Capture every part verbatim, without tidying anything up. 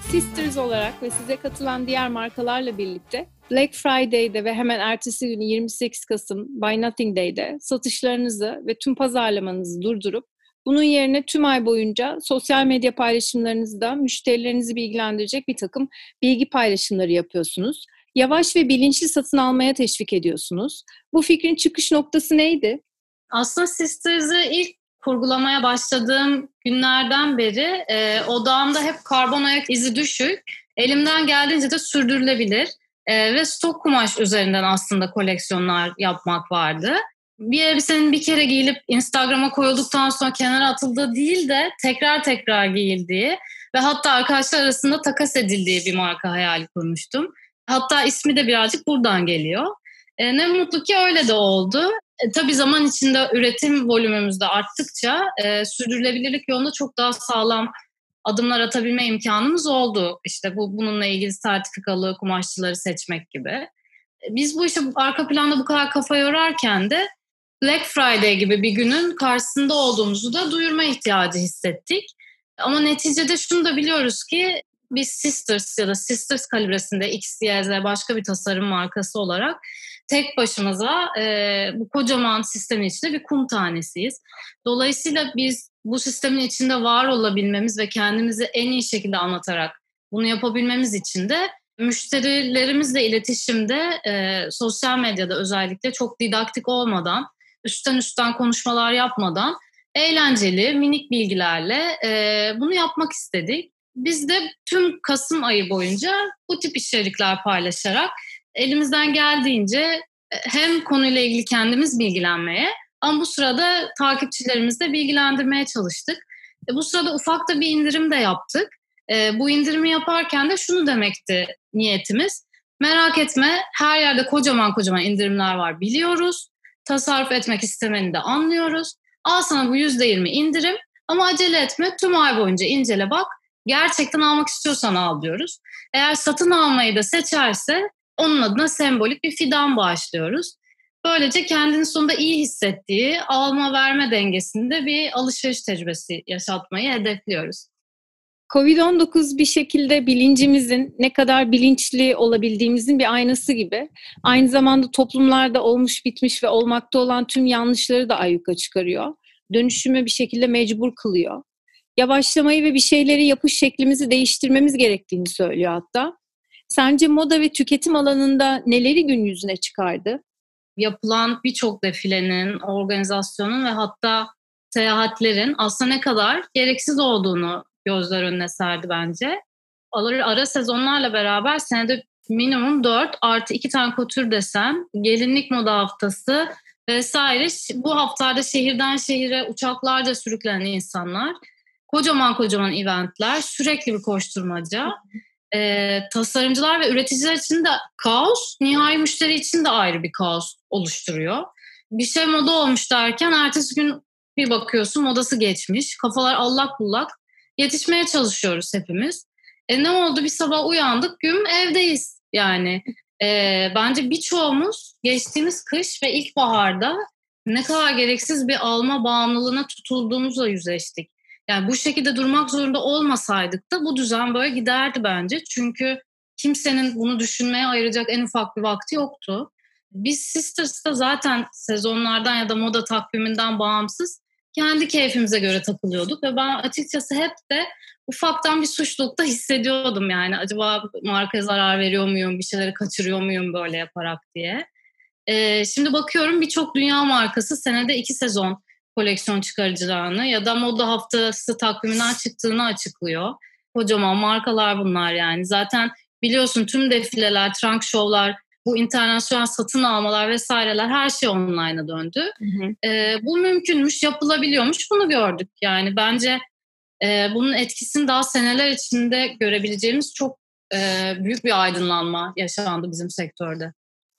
Sisters olarak ve size katılan diğer markalarla birlikte Black Friday'de ve hemen ertesi günü yirmi sekiz Kasım Buy Nothing Day'de satışlarınızı ve tüm pazarlamanızı durdurup bunun yerine tüm ay boyunca sosyal medya paylaşımlarınızda müşterilerinizi bilgilendirecek bir takım bilgi paylaşımları yapıyorsunuz. Yavaş ve bilinçli satın almaya teşvik ediyorsunuz. Bu fikrin çıkış noktası neydi? Aslında Sisters'ı ilk kurgulamaya başladığım günlerden beri e, odağımda hep karbon ayak izi düşük, elimden geldiğince de sürdürülebilir e, ve stok kumaş üzerinden aslında koleksiyonlar yapmak vardı. Bir elbisenin bir kere giyilip Instagram'a koyulduktan sonra kenara atıldığı değil de tekrar tekrar giyildiği ve hatta arkadaşlar arasında takas edildiği bir marka hayali kurmuştum. Hatta ismi de birazcık buradan geliyor. E, ne mutlu ki öyle de oldu. E, tabii zaman içinde üretim volümümüz de arttıkça e, sürdürülebilirlik yolunda çok daha sağlam adımlar atabilme imkanımız oldu. İşte bu bununla ilgili sertifikalı kumaşçıları seçmek gibi. E, biz bu işe arka planda bu kadar kafa yorarken de Black Friday gibi bir günün karşısında olduğumuzu da duyurma ihtiyacı hissettik. Ama neticede şunu da biliyoruz ki biz Sisters ya da Sisters kalibresinde X, Y, Z başka bir tasarım markası olarak tek başımıza e, bu kocaman sistemin içinde bir kum tanesiyiz. Dolayısıyla biz bu sistemin içinde var olabilmemiz ve kendimizi en iyi şekilde anlatarak bunu yapabilmemiz için de müşterilerimizle iletişimde e, sosyal medyada özellikle çok didaktik olmadan, üstten üstten konuşmalar yapmadan eğlenceli, minik bilgilerle e, bunu yapmak istedik. Biz de tüm Kasım ayı boyunca bu tip içerikler paylaşarak elimizden geldiğince hem konuyla ilgili kendimiz bilgilenmeye ama bu sırada takipçilerimizi de bilgilendirmeye çalıştık. E, bu sırada ufak da bir indirim de yaptık. E, bu indirimi yaparken de şunu demekti niyetimiz. Merak etme, her yerde kocaman kocaman indirimler var biliyoruz. Tasarruf etmek istemeni de anlıyoruz. Al sana bu yüzde yirmi indirim ama acele etme, tüm ay boyunca incele bak. Gerçekten almak istiyorsan al diyoruz. Eğer satın almayı da seçerse onun adına sembolik bir fidan bağışlıyoruz. Böylece kendini sonunda iyi hissettiği alma verme dengesinde bir alışveriş tecrübesi yaşatmayı hedefliyoruz. kovid on dokuz bir şekilde bilincimizin ne kadar bilinçli olabildiğimizin bir aynası gibi. Aynı zamanda toplumlarda olmuş bitmiş ve olmakta olan tüm yanlışları da ayyuka çıkarıyor. Dönüşümü bir şekilde mecbur kılıyor. Yavaşlamayı ve bir şeyleri yapış şeklimizi değiştirmemiz gerektiğini söylüyor hatta. Sence moda ve tüketim alanında neleri gün yüzüne çıkardı? Yapılan birçok defilenin, organizasyonun ve hatta seyahatlerin aslında ne kadar gereksiz olduğunu gözler önüne serdi bence. Ara, ara sezonlarla beraber senede minimum dört artı iki tane kotür desen, gelinlik moda haftası vesaire. Bu haftalarda şehirden şehire uçaklarca sürüklenen insanlar, kocaman kocaman eventler, sürekli bir koşturmaca. Ee, tasarımcılar ve üreticiler için de kaos, nihai müşteri için de ayrı bir kaos oluşturuyor. Bir şey moda olmuş derken ertesi gün bir bakıyorsun modası geçmiş. Kafalar allak bullak. Yetişmeye çalışıyoruz hepimiz. E ne oldu? Bir sabah uyandık, güm evdeyiz. Yani e, bence birçoğumuz geçtiğimiz kış ve ilkbaharda ne kadar gereksiz bir alma bağımlılığına tutulduğumuzla yüzleştik. Yani bu şekilde durmak zorunda olmasaydık da bu düzen böyle giderdi bence. Çünkü kimsenin bunu düşünmeye ayıracak en ufak bir vakti yoktu. Biz Sisters'ta zaten sezonlardan ya da moda takviminden bağımsız kendi keyfimize göre takılıyorduk. Ve ben açıkçası hep de ufaktan bir suçluluk da hissediyordum yani. Acaba markaya zarar veriyor muyum, bir şeyleri kaçırıyor muyum böyle yaparak diye. Ee, şimdi bakıyorum birçok dünya markası senede iki sezon koleksiyon çıkaracağını ya da moda haftası takviminden çıktığını açıklıyor. Kocaman markalar bunlar yani. Zaten biliyorsun tüm defileler, trunk show'lar, bu internasyonel satın almalar vesaireler her şey online'a döndü. Hı hı. Ee, bu mümkünmüş, yapılabiliyormuş, bunu gördük. Yani bence e, bunun etkisini daha seneler içinde görebileceğimiz çok e, büyük bir aydınlanma yaşandı bizim sektörde.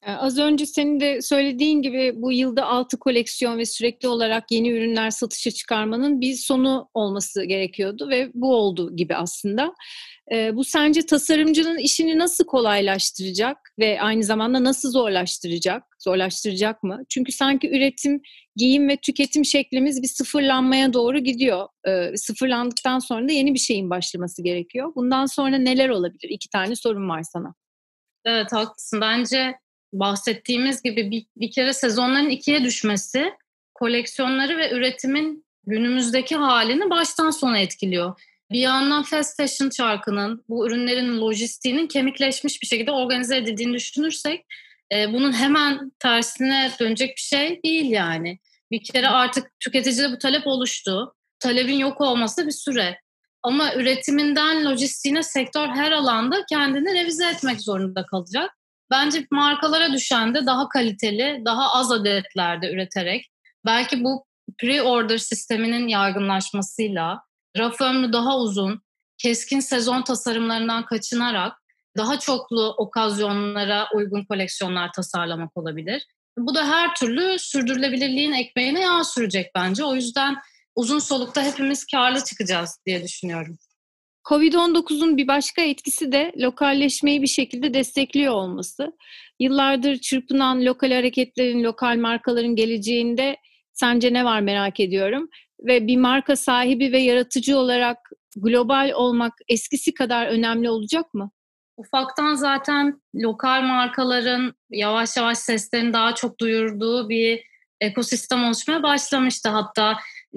Ee, Az önce senin de söylediğin gibi bu yılda altı koleksiyon ve sürekli olarak yeni ürünler satışa çıkarmanın bir sonu olması gerekiyordu ve bu oldu gibi aslında. Ee, bu sence tasarımcının işini nasıl kolaylaştıracak ve aynı zamanda nasıl zorlaştıracak? Zorlaştıracak mı? Çünkü sanki üretim, giyim ve tüketim şeklimiz bir sıfırlanmaya doğru gidiyor. Ee, sıfırlandıktan sonra da yeni bir şeyin başlaması gerekiyor. Bundan sonra neler olabilir? İki tane sorum var sana. Evet, haklısın. Bence bahsettiğimiz gibi bir, bir kere sezonların ikiye düşmesi koleksiyonları ve üretimin günümüzdeki halini baştan sona etkiliyor. Bir yandan fast fashion çarkının, bu ürünlerin lojistiğinin kemikleşmiş bir şekilde organize edildiğini düşünürsek e, bunun hemen tersine dönecek bir şey değil yani. Bir kere artık tüketicide bu talep oluştu. Talebin yok olması bir süre. Ama üretiminden lojistiğine sektör her alanda kendini revize etmek zorunda kalacak. Bence markalara düşen de daha kaliteli, daha az adetlerde üreterek, belki bu pre-order sisteminin yaygınlaşmasıyla, raf ömrü daha uzun, keskin sezon tasarımlarından kaçınarak daha çoklu okazyonlara uygun koleksiyonlar tasarlamak olabilir. Bu da her türlü sürdürülebilirliğin ekmeğine yağ sürecek bence. O yüzden uzun solukta hepimiz karlı çıkacağız diye düşünüyorum. kovid on dokuzun bir başka etkisi de lokalleşmeyi bir şekilde destekliyor olması. Yıllardır çırpınan lokal hareketlerin, lokal markaların geleceğinde sence ne var merak ediyorum. Ve bir marka sahibi ve yaratıcı olarak global olmak eskisi kadar önemli olacak mı? Ufaktan zaten lokal markaların yavaş yavaş seslerini daha çok duyurduğu bir ekosistem oluşmaya başlamıştı. Hatta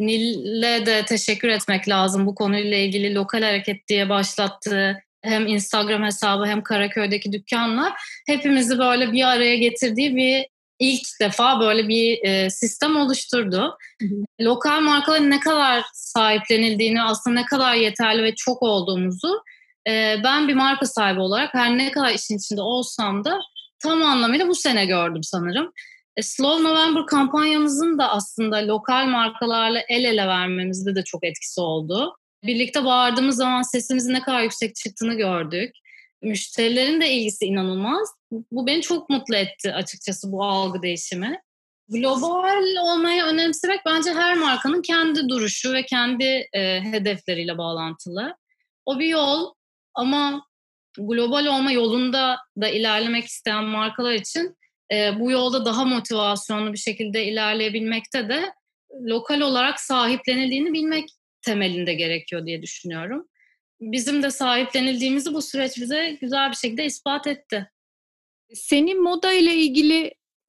Nil'le de teşekkür etmek lazım bu konuyla ilgili lokal hareket diye başlattığı hem Instagram hesabı hem Karaköy'deki dükkanlar hepimizi böyle bir araya getirdiği bir ilk defa böyle bir e, sistem oluşturdu. Hı hı. Lokal markaların ne kadar sahiplenildiğini, aslında ne kadar yeterli ve çok olduğumuzu e, ben bir marka sahibi olarak her ne kadar işin içinde olsam da tam anlamıyla bu sene gördüm sanırım. E, Slow November kampanyamızın da aslında lokal markalarla el ele vermemizde de çok etkisi oldu. Birlikte bağırdığımız zaman sesimizin ne kadar yüksek çıktığını gördük. Müşterilerin de ilgisi inanılmaz. Bu beni çok mutlu etti açıkçası, bu algı değişimi. Global olmayı önemsemek bence her markanın kendi duruşu ve kendi e, hedefleriyle bağlantılı. O bir yol ama global olma yolunda da ilerlemek isteyen markalar için e, bu yolda daha motivasyonlu bir şekilde ilerleyebilmekte de lokal olarak sahiplenildiğini bilmek temelinde gerekiyor diye düşünüyorum. Bizim de sahiplenildiğimizi bu süreç bize güzel bir şekilde ispat etti. Seni moda ile ilgili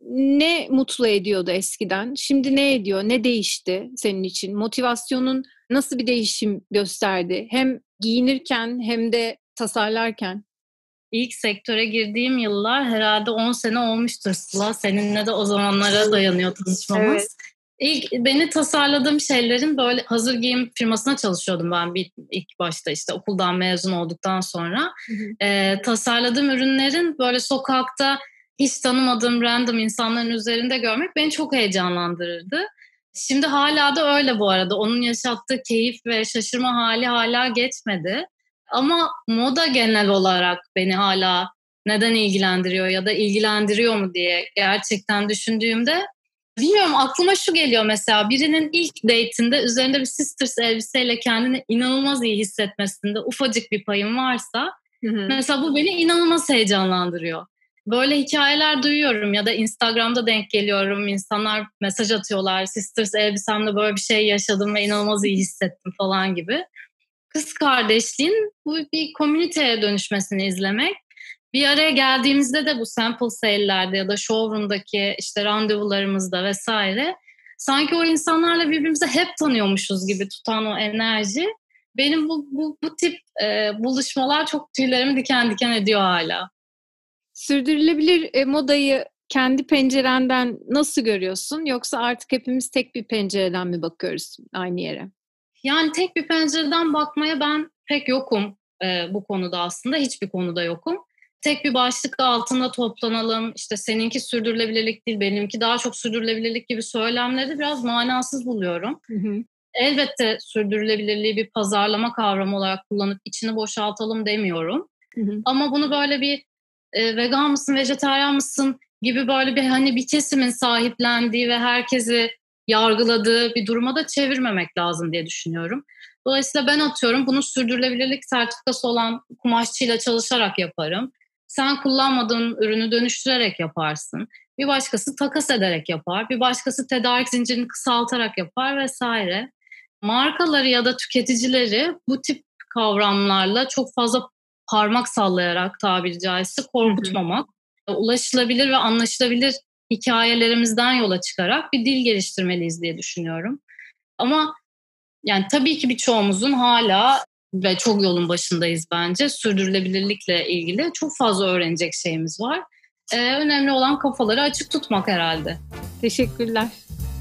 ne mutlu ediyordu eskiden? Şimdi ne ediyor? Ne değişti senin için? Motivasyonun nasıl bir değişim gösterdi? Hem giyinirken hem de tasarlarken. İlk sektöre girdiğim yıllar herhalde on sene olmuştur Sıla. Seninle de o zamanlara dayanıyor tanışmamız. Evet. İlk beni tasarladığım şeylerin böyle hazır giyim firmasına çalışıyordum ben bir, ilk başta işte okuldan mezun olduktan sonra. Hı hı. Ee, tasarladığım ürünlerin böyle sokakta hiç tanımadığım random insanların üzerinde görmek beni çok heyecanlandırırdı. Şimdi hala da öyle bu arada. Onun yaşattığı keyif ve şaşırma hali hala geçmedi. Ama moda genel olarak beni hala neden ilgilendiriyor ya da ilgilendiriyor mu diye gerçekten düşündüğümde bilmiyorum, aklıma şu geliyor mesela, birinin ilk date'inde üzerinde bir sisters elbiseyle kendini inanılmaz iyi hissetmesinde ufacık bir payım varsa Hı hı. mesela bu beni inanılmaz heyecanlandırıyor. Böyle hikayeler duyuyorum ya da Instagram'da denk geliyorum. İnsanlar mesaj atıyorlar. Sisters elbisemde böyle bir şey yaşadım ve inanılmaz iyi hissettim falan gibi. Kız kardeşliğin bu bir komüniteye dönüşmesini izlemek. Bir araya geldiğimizde de bu sample sale'lerde ya da showroom'daki işte randevularımızda vesaire sanki o insanlarla birbirimizi hep tanıyormuşuz gibi tutan o enerji, benim bu bu, bu tip e, buluşmalar çok tüylerimi diken diken ediyor hala. Sürdürülebilir e, modayı kendi pencerenden nasıl görüyorsun? Yoksa artık hepimiz tek bir pencereden mi bakıyoruz aynı yere? Yani tek bir pencereden bakmaya ben pek yokum e, bu konuda aslında. Hiçbir konuda yokum. Tek bir başlık altında toplanalım, işte seninki sürdürülebilirlik değil, benimki daha çok sürdürülebilirlik gibi söylemleri biraz manasız buluyorum. Hı hı. Elbette sürdürülebilirliği bir pazarlama kavramı olarak kullanıp içini boşaltalım demiyorum. Hı hı. Ama bunu böyle bir e, vegan mısın, vejetaryen mısın gibi böyle bir hani bir kesimin sahiplendiği ve herkesi yargıladığı bir duruma da çevirmemek lazım diye düşünüyorum. Dolayısıyla ben atıyorum bunu sürdürülebilirlik sertifikası olan kumaşçıyla çalışarak yaparım. Sen kullanmadığın ürünü dönüştürerek yaparsın. Bir başkası takas ederek yapar. Bir başkası tedarik zincirini kısaltarak yapar vesaire. Markaları ya da tüketicileri bu tip kavramlarla çok fazla parmak sallayarak tabiri caizse korkutmamak, hı hı. ulaşılabilir ve anlaşılabilir hikayelerimizden yola çıkarak bir dil geliştirmeliyiz diye düşünüyorum. Ama yani tabii ki birçoğumuzun hala ve çok yolun başındayız bence sürdürülebilirlikle ilgili çok fazla öğrenecek şeyimiz var. Ee, önemli olan kafaları açık tutmak herhalde. Teşekkürler.